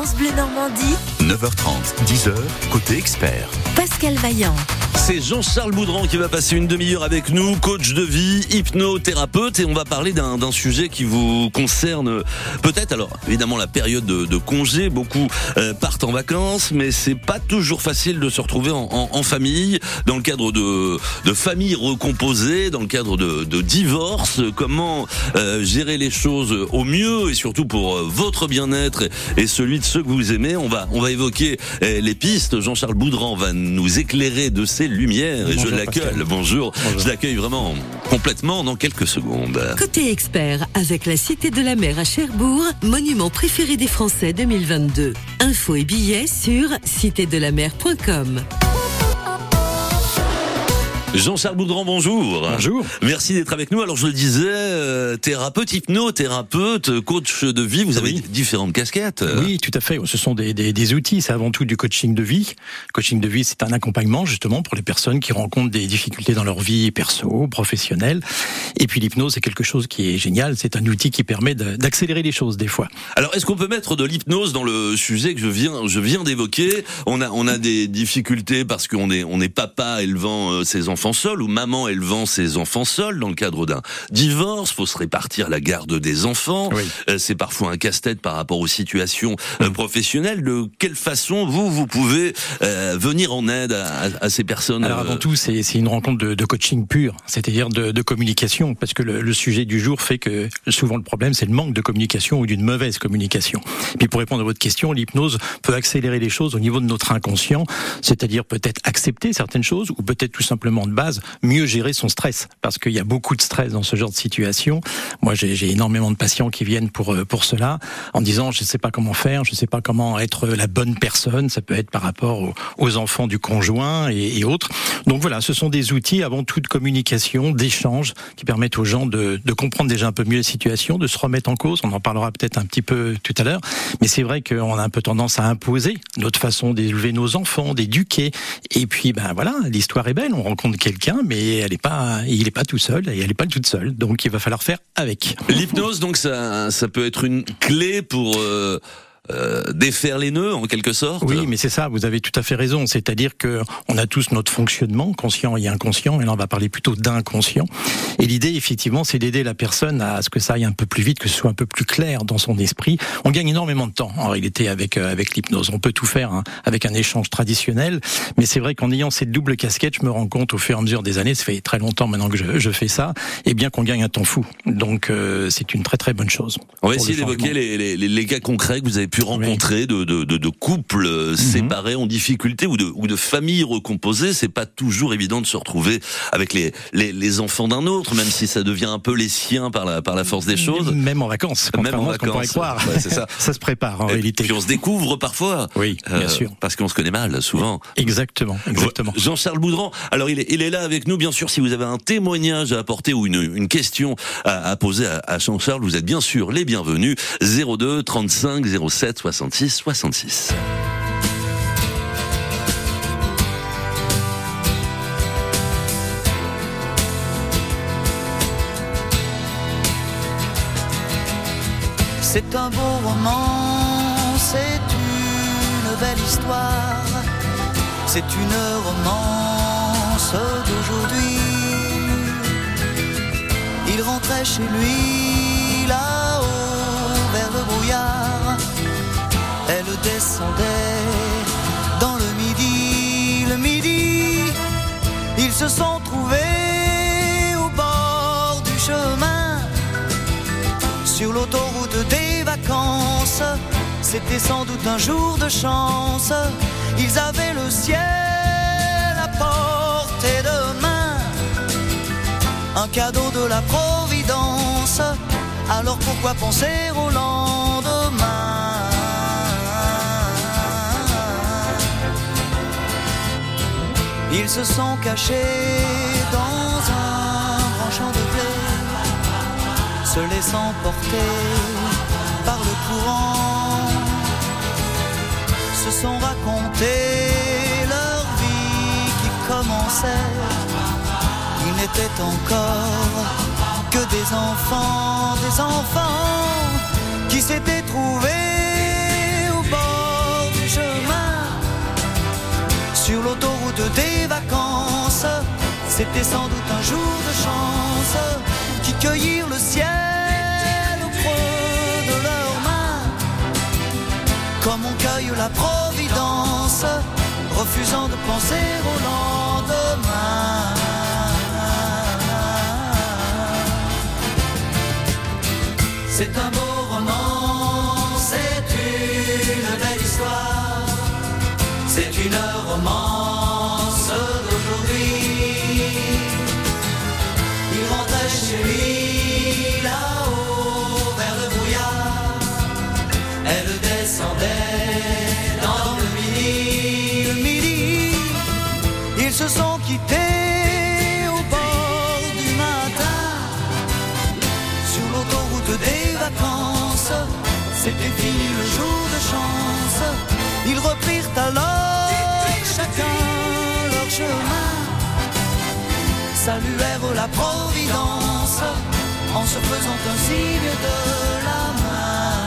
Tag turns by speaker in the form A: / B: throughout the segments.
A: France Bleu Normandie.
B: 9h30, 10h, côté expert.
A: Pascal Vaillant.
C: C'est Jean-Charles Boudran qui va passer une demi-heure avec nous, coach de vie, hypnothérapeute, et on va parler d'un sujet qui vous concerne peut-être. Alors évidemment la période de congé, beaucoup partent en vacances, mais c'est pas toujours facile de se retrouver en famille, dans le cadre de familles recomposées, dans le cadre de divorce. Comment gérer les choses au mieux et surtout pour votre bien-être et celui de ceux que vous aimez. On va évoquer les pistes. Jean-Charles Boudran va nous éclairer de ses lumière et bonjour, je l'accueille. Pascal. Bonjour. Je l'accueille vraiment complètement dans quelques secondes.
A: Côté expert avec la Cité de la Mer à Cherbourg, monument préféré des Français 2022. Infos et billets sur citédelamer.com.
C: Jean-Charles Boudran, bonjour.
D: Bonjour.
C: Merci d'être avec nous. Alors je le disais, thérapeute, hypnothérapeute, coach de vie, vous avez différentes casquettes.
D: Oui, tout à fait. Ce sont des outils, c'est avant tout du coaching de vie. Coaching de vie, c'est un accompagnement justement pour les personnes qui rencontrent des difficultés dans leur vie perso, professionnelle. Et puis l'hypnose, c'est quelque chose qui est génial, c'est un outil qui permet d'accélérer les choses des fois.
C: Alors est-ce qu'on peut mettre de l'hypnose dans le sujet que je viens d'évoquer? On a des difficultés parce qu'on est papa élevant ses enfants seuls ou maman élevant ses enfants seuls dans le cadre d'un divorce, faut se répartir la garde des enfants. Oui. C'est parfois un casse-tête par rapport aux situations professionnelles. De quelle façon vous pouvez venir en aide à ces personnes?
D: Alors avant tout, c'est une rencontre de coaching pur, c'est-à-dire de communication, parce que le sujet du jour fait que souvent le problème c'est le manque de communication ou d'une mauvaise communication. Puis pour répondre à votre question, l'hypnose peut accélérer les choses au niveau de notre inconscient, c'est-à-dire peut-être accepter certaines choses ou peut-être tout simplement de base, mieux gérer son stress, parce qu'il y a beaucoup de stress dans ce genre de situation. Moi, j'ai énormément de patients qui viennent pour cela, en disant je sais pas comment faire, je sais pas comment être la bonne personne. Ça peut être par rapport aux enfants du conjoint et autres. Donc voilà, ce sont des outils avant tout de communication, d'échange, qui permettent aux gens de comprendre déjà un peu mieux la situation, de se remettre en cause. On en parlera peut-être un petit peu tout à l'heure, mais c'est vrai qu'on a un peu tendance à imposer notre façon d'élever nos enfants, d'éduquer. Et puis voilà, l'histoire est belle, on rencontre quelqu'un, mais il est pas tout seul et elle est pas toute seule, donc il va falloir faire avec.
C: L'hypnose, donc ça peut être une clé pour défaire les nœuds en quelque sorte.
D: Oui, mais c'est ça, vous avez tout à fait raison, c'est-à-dire que on a tous notre fonctionnement conscient et inconscient, et là on va parler plutôt d'inconscient, et l'idée effectivement c'est d'aider la personne à ce que ça aille un peu plus vite, que ce soit un peu plus clair dans son esprit. On gagne énormément de temps en réalité avec l'hypnose. On peut tout faire avec un échange traditionnel, mais c'est vrai qu'en ayant cette double casquette, je me rends compte au fur et à mesure des années, ça fait très longtemps maintenant que je fais ça, et bien qu'on gagne un temps fou, donc c'est une très très bonne chose.
C: On va essayer d'évoquer les cas concrets que vous avez pu rencontrer de couples séparés en difficulté ou de familles recomposées. C'est pas toujours évident de se retrouver avec les enfants d'un autre, même si ça devient un peu les siens par la force des choses.
D: Même en vacances, contrairement à ce qu'on pourrait croire. Ouais, c'est ça. Ça se prépare en réalité.
C: Puis on se découvre parfois. Oui, bien sûr. Parce qu'on se connaît mal, souvent.
D: Exactement.
C: Jean-Charles Boudran, alors il est là avec nous, bien sûr. Si vous avez un témoignage à apporter ou une question à poser à Jean-Charles, vous êtes bien sûr les bienvenus. 02 35 07 66 66.
E: C'est un beau roman, c'est une belle histoire, c'est une romance d'aujourd'hui. Il rentrait chez lui là-haut vers le brouillard. Elle descendait dans le midi, ils se sont trouvés au bord du chemin, sur l'autoroute des vacances. C'était sans doute un jour de chance, ils avaient le ciel à portée de main, un cadeau de la Providence, alors pourquoi penser au lendemain? Ils se sont cachés dans un grand champ de blé, se laissant porter par le courant, se sont racontés leur vie qui commençait. Ils n'étaient encore que des enfants qui s'étaient trouvés au bord C'était sans doute un jour de chance qui cueillirent le ciel au creux de leurs mains, comme on cueille la providence, refusant de penser au lendemain. C'est un beau roman, c'est une belle histoire, c'est une romance d'aujourd'hui. Il rentrait chez lui là-haut vers le brouillard, elle descendait dans le midi. Ils se sont quittés au bord du matin, sur l'autoroute des vacances. C'était fini le jour de chance. Ils reprirent alors chacun leur chemin, saluèrent la providence en se faisant un signe de la main.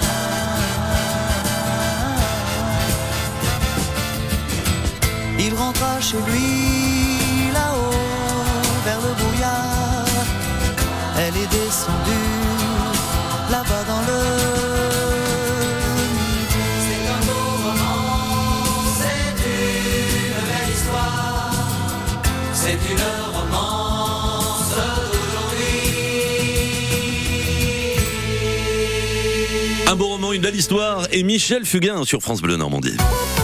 E: Il rentra chez lui là-haut vers le brouillard. Elle est descendue là-bas dans le midi. C'est un beau roman, c'est une belle histoire, c'est une romance d'aujourd'hui.
C: Un beau roman, une belle histoire, et Michel Fugain sur France Bleu Normandie.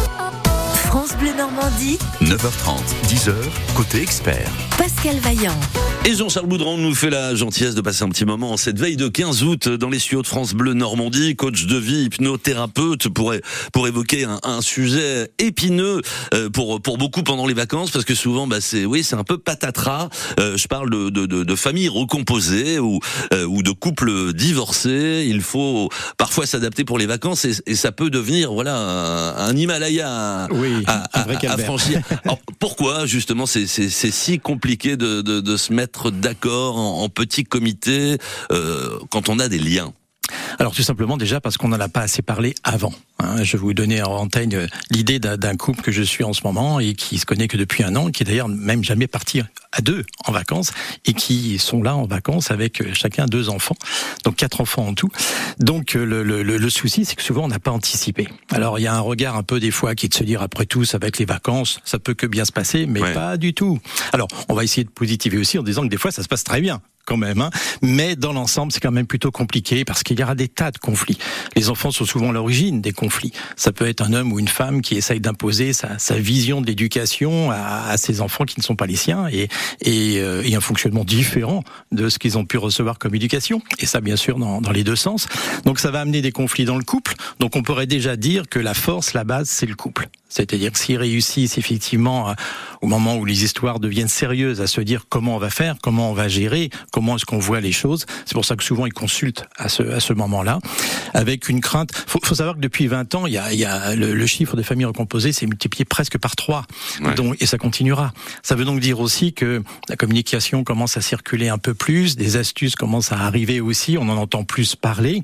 A: France Bleu Normandie,
B: 9h30, 10h, côté expert.
A: Pascal Vaillant.
C: Et Jean-Charles Boudran nous fait la gentillesse de passer un petit moment en cette veille de 15 août dans les studios de France Bleu Normandie, coach de vie, hypnothérapeute, pour évoquer un sujet épineux pour beaucoup pendant les vacances, parce que souvent c'est un peu patatras. Je parle de familles recomposées ou de couples divorcés. Il faut parfois s'adapter pour les vacances et ça peut devenir un Himalaya à franchir. Alors, pourquoi justement c'est si compliqué de se mettre d'accord en petit comité quand on a des liens?
D: Alors tout simplement déjà parce qu'on n'en a pas assez parlé avant. Je vais vous donner en antenne l'idée d'un couple que je suis en ce moment et qui se connaît que depuis 1 an, qui est d'ailleurs même jamais parti à 2 en vacances et qui sont là en vacances avec chacun 2 enfants, donc 4 enfants en tout. Donc le souci, c'est que souvent on n'a pas anticipé. Alors il y a un regard un peu des fois qui est de se dire après tout, ça va être les vacances, ça peut que bien se passer, mais pas du tout. Alors on va essayer de positiver aussi en disant que des fois ça se passe très bien. Quand même, mais dans l'ensemble, c'est quand même plutôt compliqué parce qu'il y aura des tas de conflits. Les enfants sont souvent l'origine des conflits. Ça peut être un homme ou une femme qui essaye d'imposer sa vision de l'éducation à ses enfants qui ne sont pas les siens et un fonctionnement différent de ce qu'ils ont pu recevoir comme éducation. Et ça, bien sûr, dans les 2 sens. Donc, ça va amener des conflits dans le couple. Donc, on pourrait déjà dire que la force, la base, c'est le couple. C'est-à-dire que s'ils réussissent effectivement au moment où les histoires deviennent sérieuses à se dire comment on va faire, comment on va gérer, comment est-ce qu'on voit les choses, c'est pour ça que souvent ils consultent à ce moment-là avec une crainte. Faut savoir que depuis 20 ans, il y a le chiffre de familles recomposées s'est multiplié presque par 3. Donc, et ça continuera. Ça veut donc dire aussi que la communication commence à circuler un peu plus, des astuces commencent à arriver aussi, on en entend plus parler.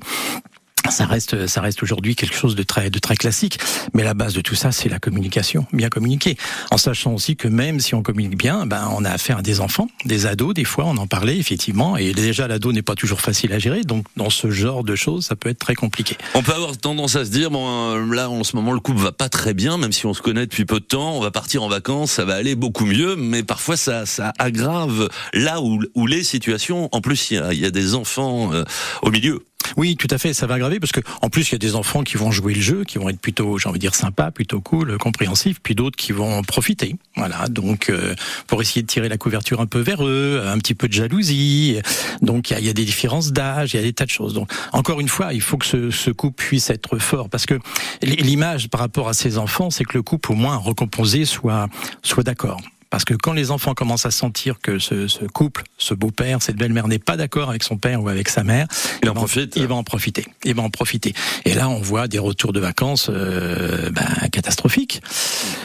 D: Ça reste aujourd'hui quelque chose de très classique. Mais la base de tout ça, c'est la communication, bien communiquer. En sachant aussi que même si on communique bien, on a affaire à des enfants, des ados, des fois, on en parlait, effectivement. Et déjà, l'ado n'est pas toujours facile à gérer. Donc, dans ce genre de choses, ça peut être très compliqué.
C: On peut avoir tendance à se dire, là, en ce moment, le couple va pas très bien, même si on se connaît depuis peu de temps, on va partir en vacances, ça va aller beaucoup mieux. Mais parfois, ça aggrave là où les situations, en plus, il y a des enfants au milieu.
D: Oui, tout à fait, ça va aggraver parce que en plus il y a des enfants qui vont jouer le jeu, qui vont être plutôt, j'ai envie de dire sympas, plutôt cool, compréhensifs, puis d'autres qui vont profiter. Voilà, donc pour essayer de tirer la couverture un peu vers eux, un petit peu de jalousie. Donc il y a des différences d'âge, il y a des tas de choses. Donc encore une fois, il faut que ce couple puisse être fort parce que l'image par rapport à ces enfants, c'est que le couple au moins recomposé soit d'accord. Parce que quand les enfants commencent à sentir que ce couple, ce beau-père, cette belle-mère n'est pas d'accord avec son père ou avec sa mère, il va en profiter. Et là, on voit des retours de vacances catastrophiques.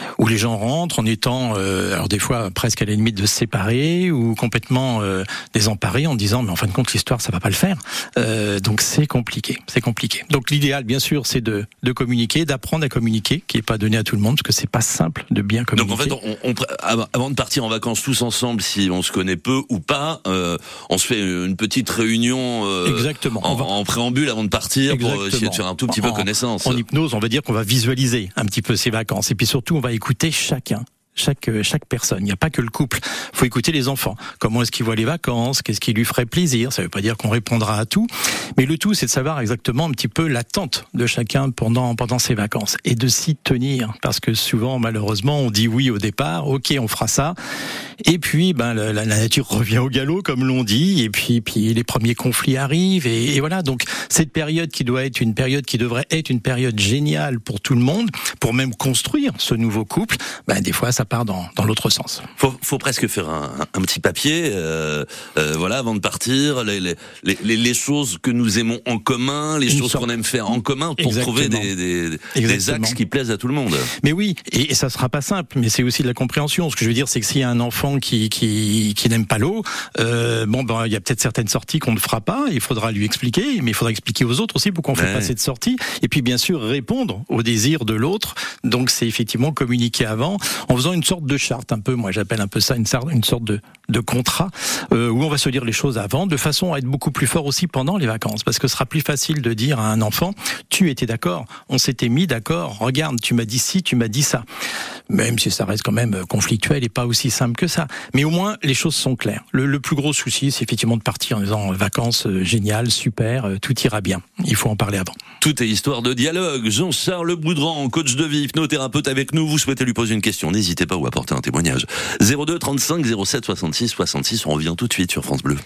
D: où les gens rentrent en étant, alors des fois presque à la limite de se séparer ou complètement désemparés en disant mais en fin de compte l'histoire ça va pas le faire. Donc c'est compliqué. Donc l'idéal bien sûr c'est de communiquer, d'apprendre à communiquer, qui est pas donné à tout le monde parce que c'est pas simple de bien communiquer.
C: Donc en fait, avant de partir en vacances tous ensemble, si on se connaît peu ou pas, on se fait une petite réunion
D: Exactement.
C: En préambule avant de partir. Exactement. Pour essayer de faire un tout petit peu connaissance.
D: En hypnose, on va dire qu'on va visualiser un petit peu ces vacances et puis surtout on va écouter chacun. Chaque personne, il n'y a pas que le couple. Il faut écouter les enfants. Comment est-ce qu'ils voient les vacances? Qu'est-ce qui lui ferait plaisir? Ça ne veut pas dire qu'on répondra à tout, mais le tout, c'est de savoir exactement un petit peu l'attente de chacun pendant ces vacances et de s'y tenir. Parce que souvent, malheureusement, on dit oui au départ, ok, on fera ça, et puis la nature revient au galop, comme l'on dit, et puis les premiers conflits arrivent, et voilà. Donc cette période qui devrait être une période géniale pour tout le monde, pour même construire ce nouveau couple, des fois ça part dans l'autre sens.
C: Faut presque faire un petit papier, voilà, avant de partir, les choses que nous aimons en commun, les choses qu'on aime faire en commun, pour trouver des axes qui plaisent à tout le monde.
D: Mais oui, et ça sera pas simple, mais c'est aussi de la compréhension. Ce que je veux dire, c'est que s'il y a un enfant qui n'aime pas l'eau, il y a peut-être certaines sorties qu'on ne fera pas, il faudra lui expliquer, mais il faudra expliquer aux autres aussi pourquoi on fait pas cette sortie, et puis bien sûr répondre aux désirs de l'autre. Donc c'est effectivement communiquer avant, en faisant une sorte de charte, un peu, moi j'appelle un peu ça une sorte de contrat, où on va se dire les choses avant, de façon à être beaucoup plus fort aussi pendant les vacances, parce que ce sera plus facile de dire à un enfant, tu étais d'accord, on s'était mis d'accord, regarde, tu m'as dit ci, tu m'as dit ça, même si ça reste quand même conflictuel et pas aussi simple que ça, mais au moins les choses sont claires. Le plus gros souci, c'est effectivement de partir en disant vacances génial, super, tout ira bien, il faut en parler avant.
C: Tout est histoire de dialogue. Jean-Charles Boudran, coach de vie, hypnothérapeute avec nous, vous souhaitez lui poser une question, n'hésitez pas ou apporter un témoignage. 02 35 07 66 66, on revient tout de suite sur France Bleu.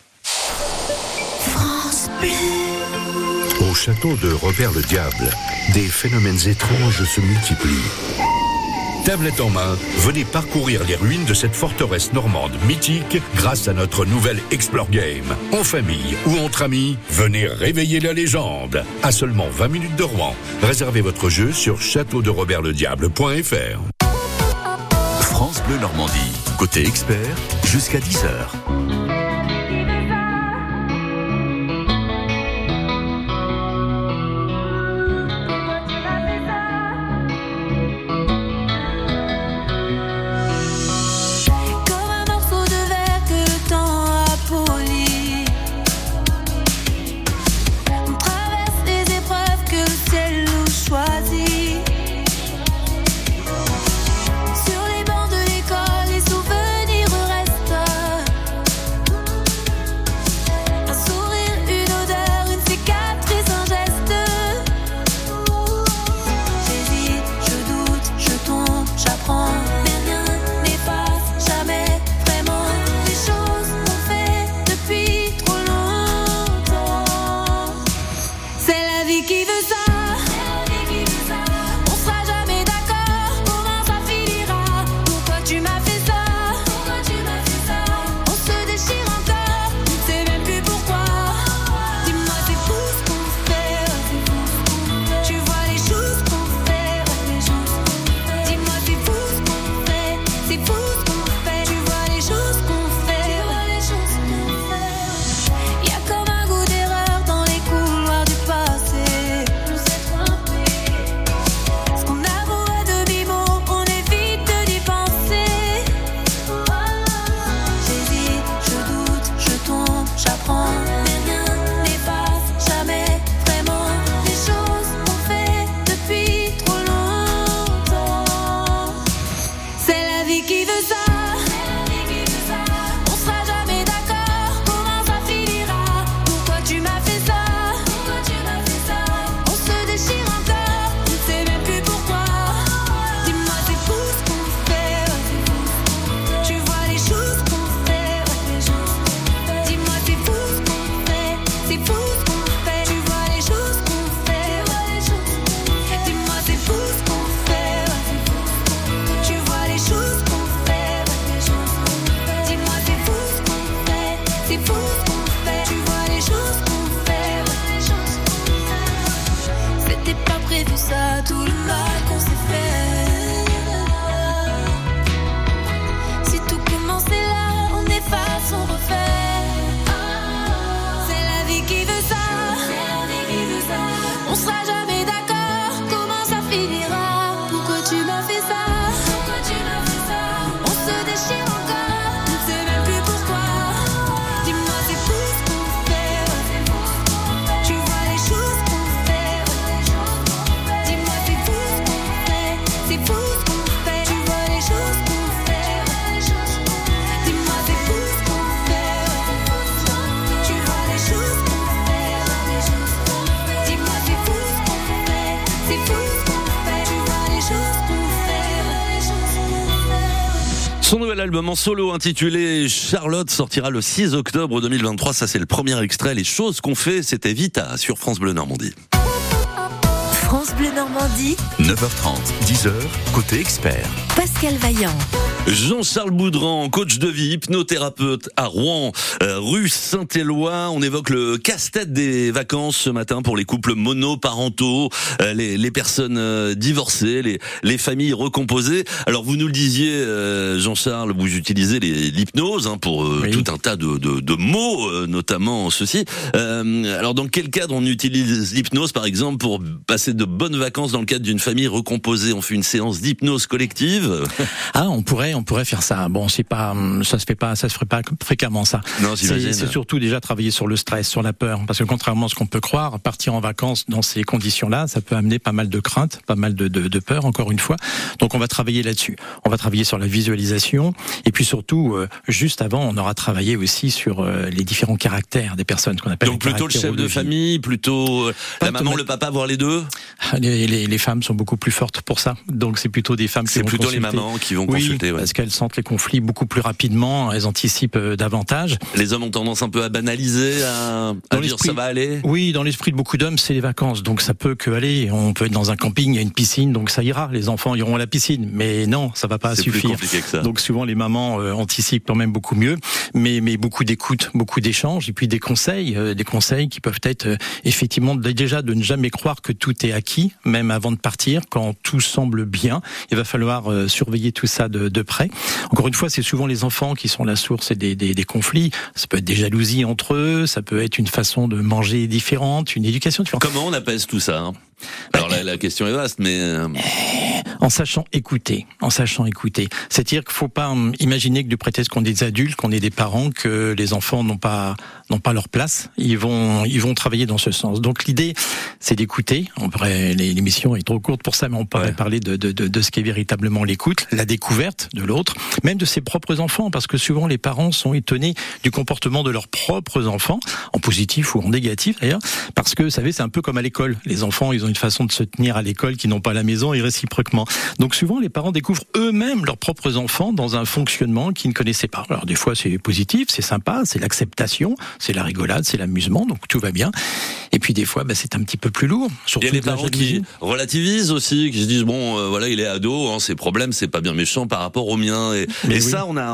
F: France Bleu. Au château de Robert le Diable, des phénomènes étranges se multiplient. Tablette en main, venez parcourir les ruines de cette forteresse normande mythique grâce à notre nouvelle Explore Game. En famille ou entre amis, venez réveiller la légende. À seulement 20 minutes de Rouen. Réservez votre jeu sur châteauderobertlediable.fr.
B: France Bleu Normandie. Côté expert, jusqu'à 10h.
G: Sur les bancs de l'école, les souvenirs restent.
C: Son nouvel album en solo intitulé Charlotte sortira le 6 octobre 2023. Ça, c'est le premier extrait. Les choses qu'on fait, c'était Vita sur France Bleu Normandie.
A: France Bleu Normandie,
B: 9h30, 10h, côté expert.
A: Pascal Vaillant.
C: Jean-Charles Boudran, coach de vie, hypnothérapeute à Rouen, rue Saint-Éloi. On évoque le casse-tête des vacances ce matin pour les couples monoparentaux, les personnes divorcées, les familles recomposées. Alors vous nous le disiez, Jean-Charles, vous utilisez l'hypnose pour tout un tas de mots, notamment ceci. Alors dans quel cadre on utilise l'hypnose, par exemple, pour passer de bonnes vacances dans le cadre d'une famille recomposée? On fait une séance d'hypnose collective.
D: Ah, on pourrait faire ça. Bon, c'est pas, ça se ferait pas fréquemment, ça.
C: Non, j'imagine.
D: C'est surtout déjà travailler sur le stress, sur la peur, parce que contrairement à ce qu'on peut croire, partir en vacances dans ces conditions-là, ça peut amener pas mal de craintes, pas mal de peur, encore une fois. Donc on va travailler là-dessus. On va travailler sur la visualisation, et puis surtout, juste avant, on aura travaillé aussi sur les différents caractères des personnes qu'on appelle.
C: Donc plutôt le chef de famille, plutôt la maman, le papa, voire les deux.
D: Les femmes sont beaucoup plus fortes pour ça. Donc c'est plutôt des femmes qui vont consulter.
C: C'est plutôt les mamans qui vont consulter.
D: Parce qu'elles sentent les conflits beaucoup plus rapidement, elles anticipent davantage.
C: Les hommes ont tendance un peu à banaliser, à dire ça va aller.
D: Oui, dans l'esprit de beaucoup d'hommes, c'est les vacances, donc ça peut que aller. On peut être dans un camping, il y a une piscine, donc ça ira. Les enfants iront à la piscine, mais non, ça va pas suffire.
C: C'est plus compliqué que ça.
D: Donc souvent les mamans anticipent quand même beaucoup mieux, mais beaucoup d'écoute, beaucoup d'échanges, et puis des conseils qui peuvent être effectivement déjà de ne jamais croire que tout est acquis, même avant de partir, quand tout semble bien. Il va falloir surveiller tout ça de près. Encore une fois, c'est souvent les enfants qui sont la source des conflits. Ça peut être des jalousies entre eux, ça peut être une façon de manger différente, une éducation différente.
C: Comment on apaise tout ça, Alors la question est vaste, mais
D: en sachant écouter. C'est-à-dire qu'il faut pas imaginer que du prétexte qu'on est des adultes, qu'on est des parents, que les enfants n'ont pas leur place. Ils vont travailler dans ce sens. Donc l'idée, c'est d'écouter. L'émission est trop courte pour ça, mais on pourrait parler de ce qu'est véritablement l'écoute, la découverte de l'autre, même de ses propres enfants, parce que souvent les parents sont étonnés du comportement de leurs propres enfants, en positif ou en négatif d'ailleurs, parce que vous savez, c'est un peu comme à l'école. Les enfants, ils ont une façon de se tenir à l'école qu'ils n'ont pas à la maison et réciproquement. Donc souvent, les parents découvrent eux-mêmes leurs propres enfants dans un fonctionnement qu'ils ne connaissaient pas. Alors des fois, c'est positif, c'est sympa, c'est l'acceptation, c'est la rigolade, c'est l'amusement, donc tout va bien. Et puis des fois, c'est un petit peu plus lourr.
C: Il y a les parents qui relativisent aussi, qui se disent voilà, il est ado, ses problèmes, c'est pas bien méchant par rapport aux miens. Et ça, on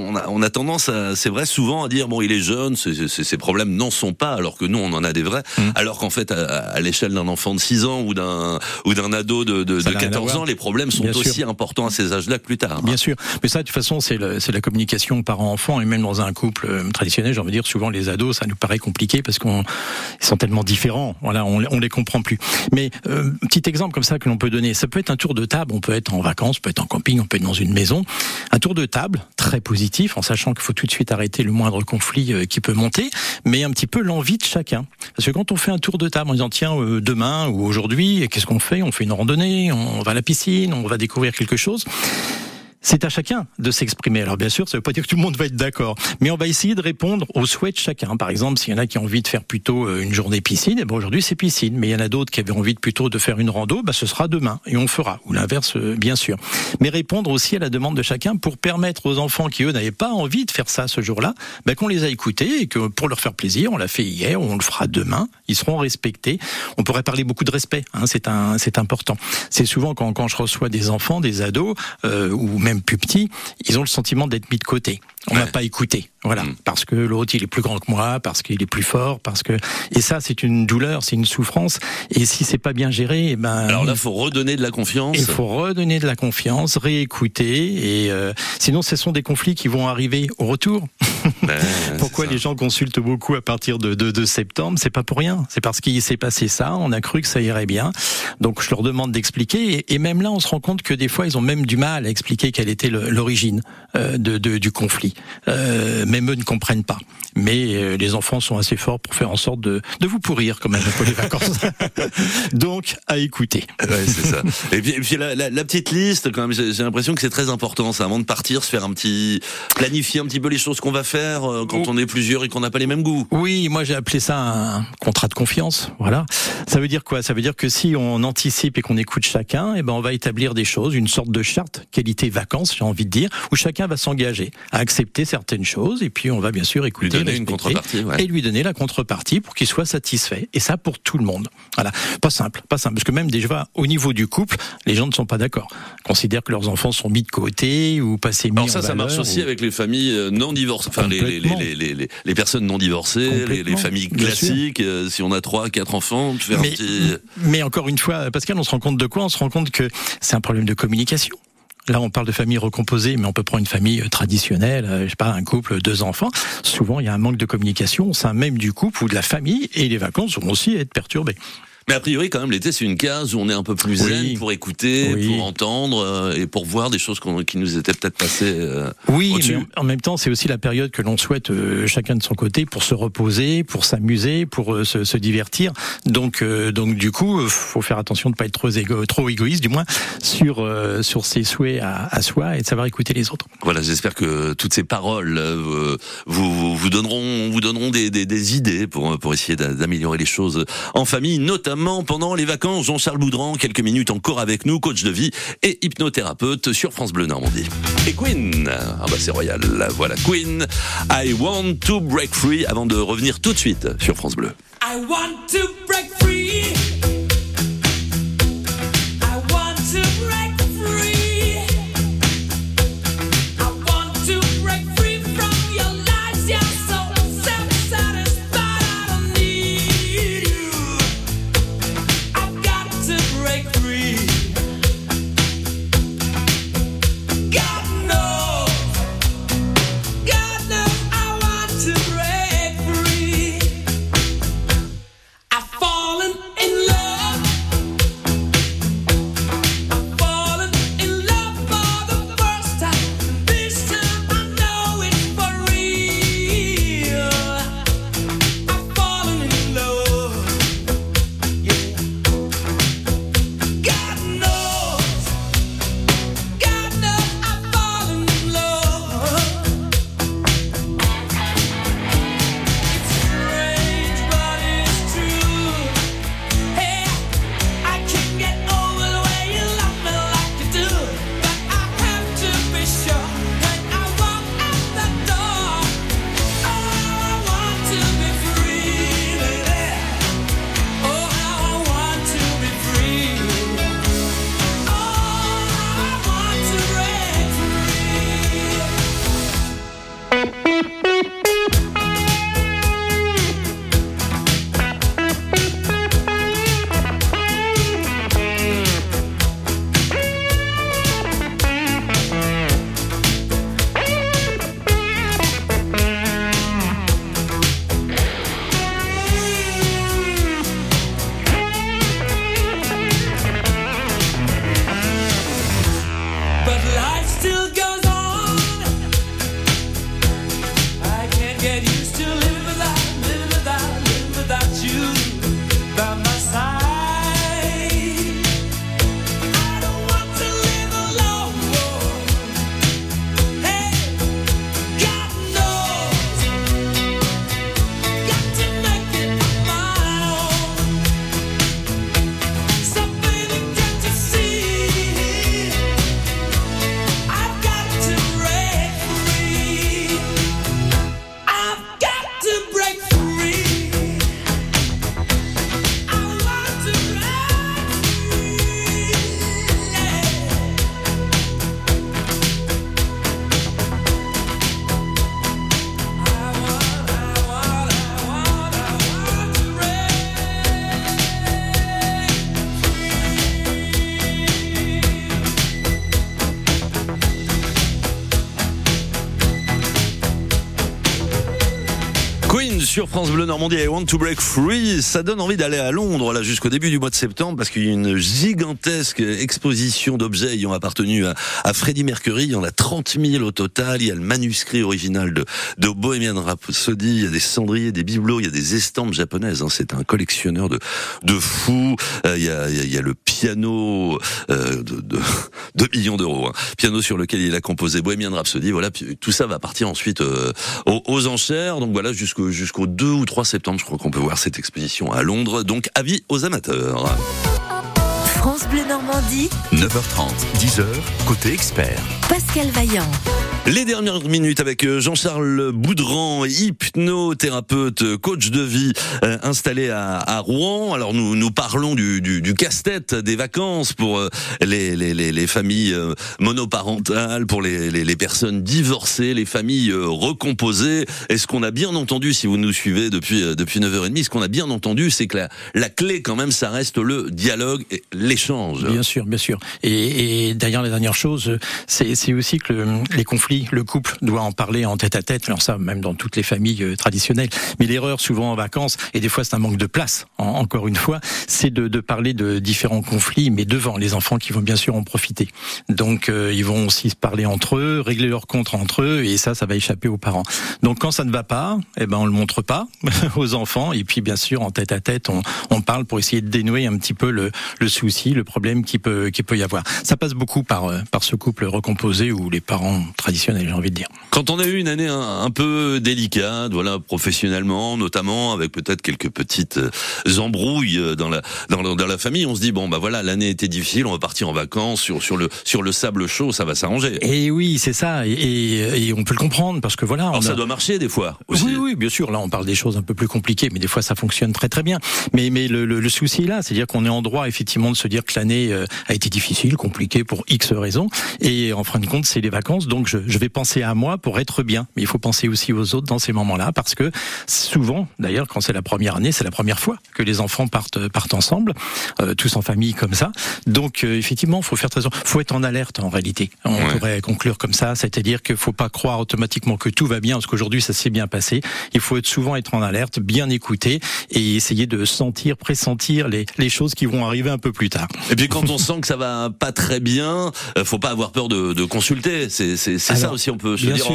C: a tendance, c'est vrai, souvent à dire il est jeune, ses problèmes n'en sont pas, alors que nous, on en a des vrais. Alors qu'en fait, à l'échelle d'un enfant de 6 ans ou d'un ado de 14 ans, les problèmes sont aussi importants à ces âges-là que plus tard.
D: Bien sûr. Mais ça, de toute façon, c'est la communication parent-enfant, et même dans un couple traditionnel, j'ai envie de dire, souvent les ados, ça nous paraît compliqué parce qu'ils sont tellement différents. Voilà, on les comprend plus. Mais petit exemple comme ça que l'on peut donner, ça peut être un tour de table. On peut être en vacances, on peut être en camping, on peut être dans une maison. Un tour de table très positif, en sachant qu'il faut tout de suite arrêter le moindre conflit qui peut monter, mais un petit peu l'envie de chacun. Parce que quand on fait un tour de table en disant tiens, demain ou aujourd'hui, qu'est-ce qu'on fait ? On fait une randonnée, on va à la piscine, on va découvrir quelque chose. C'est à chacun de s'exprimer. Alors bien sûr, ça ne veut pas dire que tout le monde va être d'accord, mais on va essayer de répondre aux souhaits de chacun. Par exemple, s'il y en a qui ont envie de faire plutôt une journée piscine, aujourd'hui c'est piscine, mais il y en a d'autres qui avaient envie plutôt de faire une rando, ce sera demain, et on fera, ou l'inverse bien sûr. Mais répondre aussi à la demande de chacun pour permettre aux enfants qui eux n'avaient pas envie de faire ça ce jour-là, qu'on les a écoutés et que pour leur faire plaisir, on l'a fait hier, on le fera demain, ils seront respectés. On pourrait parler beaucoup de respect, c'est important. C'est souvent quand je reçois des enfants, des ados, ou même plus petits, ils ont le sentiment d'être mis de côté. On n'a pas écouté. Voilà. Parce que l'autre, il est plus grand que moi, parce qu'il est plus fort, et ça, c'est une douleur, c'est une souffrance. Et si c'est pas bien géré,
C: alors là, faut redonner de la confiance.
D: Il faut redonner de la confiance, réécouter, et sinon, ce sont des conflits qui vont arriver au retour. Pourquoi les gens consultent beaucoup à partir de septembre? C'est pas pour rien. C'est parce qu'il s'est passé ça. On a cru que ça irait bien. Donc, je leur demande d'expliquer. Et même là, on se rend compte que des fois, ils ont même du mal à expliquer quelle était l'origine du conflit. Même eux ne comprennent pas. Mais les enfants sont assez forts pour faire en sorte de vous pourrir quand même pour les vacances. Donc, à écouter.
C: Ouais, c'est ça. Et puis la petite liste, quand même, j'ai l'impression que c'est très important, ça, avant de partir, se faire planifier un petit peu les choses qu'on va faire quand on est plusieurs et qu'on n'a pas les mêmes goûts.
D: Oui, moi j'ai appelé ça un contrat de confiance. Voilà. Ça veut dire quoi? Ça veut dire que si on anticipe et qu'on écoute chacun, on va établir des choses, une sorte de charte qualité vacances. vacances, j'ai envie de dire, où chacun va s'engager à accepter certaines choses, et puis on va bien sûr écouter,
C: lui donner une contrepartie,
D: et lui donner la contrepartie pour qu'il soit satisfait. Et ça pour tout le monde. Voilà. Pas simple, parce que même déjà au niveau du couple, les gens ne sont pas d'accord. Considèrent que leurs enfants sont mis de côté ou passés mis en valeur.
C: Alors ça marche aussi avec les familles non divorcées, enfin les personnes non divorcées, les familles classiques. Si on a 3-4 enfants, faire
D: mais encore une fois, Pascal, on se rend compte de quoi ? On se rend compte que c'est un problème de communication. Là, on parle de famille recomposée, mais on peut prendre une famille traditionnelle, je sais pas, un couple, 2 enfants. Souvent, il y a un manque de communication au sein même du couple ou de la famille, et les vacances vont aussi être perturbées.
C: Mais a priori, quand même, l'été, c'est une case où on est un peu plus zen pour écouter, pour entendre et pour voir des choses qui nous étaient peut-être passées au-dessus.
D: Mais en même temps, c'est aussi la période que l'on souhaite chacun de son côté pour se reposer, pour s'amuser, pour se divertir. Donc du coup, faut faire attention de ne pas être trop égoïste, du moins sur ses souhaits à soi, et de savoir écouter les autres.
C: Voilà, j'espère que toutes ces paroles vous donneront des idées pour essayer d'améliorer les choses en famille, notamment pendant les vacances. Jean-Charles Boudrant, quelques minutes encore avec nous, coach de vie et hypnothérapeute sur France Bleu Normandie. Et Queen, c'est royal, voilà Queen, I want to break free, avant de revenir tout de suite sur France Bleu.
G: I want to break free. I want to break free. I want to break free from your lies. You're so self-satisfied. I don't need you. I've got to break free. God knows I want to break free. I've fallen in love. I've fallen in love for the first time. This time I know it's for real. I've fallen in love. Yeah. God knows I've fallen in love. It's strange, but it's true. Hey, I can't get over the way you love me like you do. But I have to be sure when I walk out the door. Oh, I want to be free, baby. Oh, how I want to be free. Oh, I want to break free. But life still goes on. I can't get used to living without you by my side. I don't want to live alone. Hey, God knows, got to make it on my own. So baby, can't you see? I've got to break free. I've got to break free. I want to break free. I want to
C: Queen sur France Bleu Normandie, I want to break free. Ça donne envie d'aller à Londres là jusqu'au début du mois de septembre, parce qu'il y a une gigantesque exposition d'objets ayant appartenu à Freddie Mercury. Il y en a 30 000 au total. Il y a le manuscrit original de Bohemian Rhapsody. Il y a des cendriers, des bibelots, il y a des estampes japonaises. C'est un collectionneur de fous. Il y a le piano de 2 millions d'euros. Piano sur lequel il a composé Bohemian Rhapsody. Voilà, tout ça va partir ensuite aux enchères. Donc voilà, jusqu'au 2 ou 3 septembre, je crois qu'on peut voir cette exposition à Londres. Donc avis aux amateurs.
A: France Bleu Normandie,
B: 9h30, 10h, côté expert.
A: Pascal Vaillant.
C: Les dernières minutes avec Jean-Charles Boudran, hypnothérapeute, coach de vie, installé à Rouen. Alors nous parlons du casse-tête des vacances pour les familles monoparentales, pour les personnes divorcées, les familles recomposées. Et ce qu'on a bien entendu, si vous nous suivez depuis 9h30, ce qu'on a bien entendu, c'est que la clé quand même, ça reste le dialogue et l'échange.
D: Bien sûr, bien sûr. Et d'ailleurs, la dernière chose, c'est aussi que les conflits, le couple doit en parler en tête-à-tête. Alors ça, même dans toutes les familles traditionnelles. Mais l'erreur, souvent en vacances, et des fois c'est un manque de place, encore une fois, c'est de parler de différents conflits, mais devant les enfants qui vont bien sûr en profiter. Donc ils vont aussi se parler entre eux, régler leurs comptes entre eux, et ça va échapper aux parents. Donc quand ça ne va pas, on le montre pas aux enfants, et puis bien sûr en tête-à-tête, on parle pour essayer de dénouer un petit peu le souci, le problème qui peut y avoir. Ça passe beaucoup par ce couple recomposé ou les parents traditionnels, j'ai envie de dire.
C: Quand on a eu une année un peu délicate, voilà, professionnellement, notamment avec peut-être quelques petites embrouilles dans la famille, on se dit bon voilà, l'année était difficile, on va partir en vacances sur le sable chaud, ça va s'arranger.
D: Et oui, c'est ça, et on peut le comprendre parce que voilà.
C: Alors ça doit marcher des fois aussi.
D: Oui, bien sûr. Là, on parle des choses un peu plus compliquées, mais des fois ça fonctionne très très bien. Mais le souci là, c'est-à-dire qu'on est en droit effectivement de se dire que l'année a été difficile, compliquée pour X raisons, et en fin de compte, c'est les vacances, donc je vais penser à moi pour être bien. Mais il faut penser aussi aux autres dans ces moments-là, parce que souvent, d'ailleurs, quand c'est la première année, c'est la première fois que les enfants partent ensemble, tous en famille comme ça. Donc effectivement, faut faire très attention. Faut être en alerte en réalité. On pourrait conclure comme ça, c'est-à-dire qu'il faut pas croire automatiquement que tout va bien, parce qu'aujourd'hui ça s'est bien passé. Il faut souvent être en alerte, bien écouter et essayer de pressentir les choses qui vont arriver un peu plus tard.
C: Et puis quand on sent que ça va pas très bien, faut pas avoir peur de consulter. C'est ça aussi, on peut se dire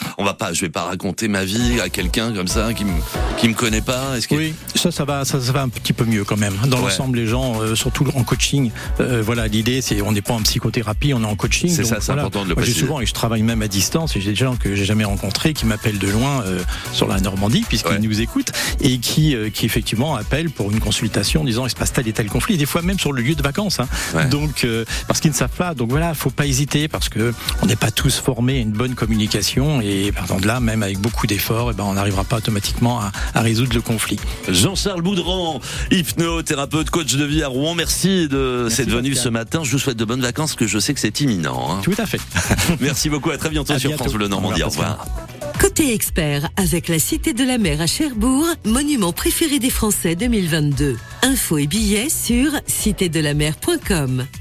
C: je vais pas raconter ma vie à quelqu'un comme ça qui me connaît pas.
D: Oui, ça va un petit peu mieux quand même. Dans l'ensemble, les gens, surtout en coaching, l'idée c'est on n'est pas en psychothérapie, on est en coaching.
C: C'est ça, c'est important de le préciser.
D: J'ai souvent, et je travaille même à distance, et j'ai des gens que j'ai jamais rencontrés qui m'appellent de loin sur la Normandie puisqu'ils nous écoutent et qui effectivement appellent pour une consultation en disant il se passe tel et tel conflit, et des fois même sur le lieu de vacances. Donc parce qu'ils ne savent pas. Donc voilà, faut pas hésiter parce que on n'est pas tous formés à une bonne communication, et partant de là, même avec beaucoup d'efforts, on n'arrivera pas automatiquement à résoudre le conflit.
C: Jean-Charles Boudran, hypnothérapeute, coach de vie à Rouen, merci d'être venu ce matin. Je vous souhaite de bonnes vacances, que je sais que c'est imminent.
D: Tout à fait.
C: Merci beaucoup, à très bientôt sur France Bleu Normandie. Au revoir.
A: Côté expert, avec la Cité de la Mer à Cherbourg, monument préféré des Français 2022. Infos et billets sur citédelamer.com.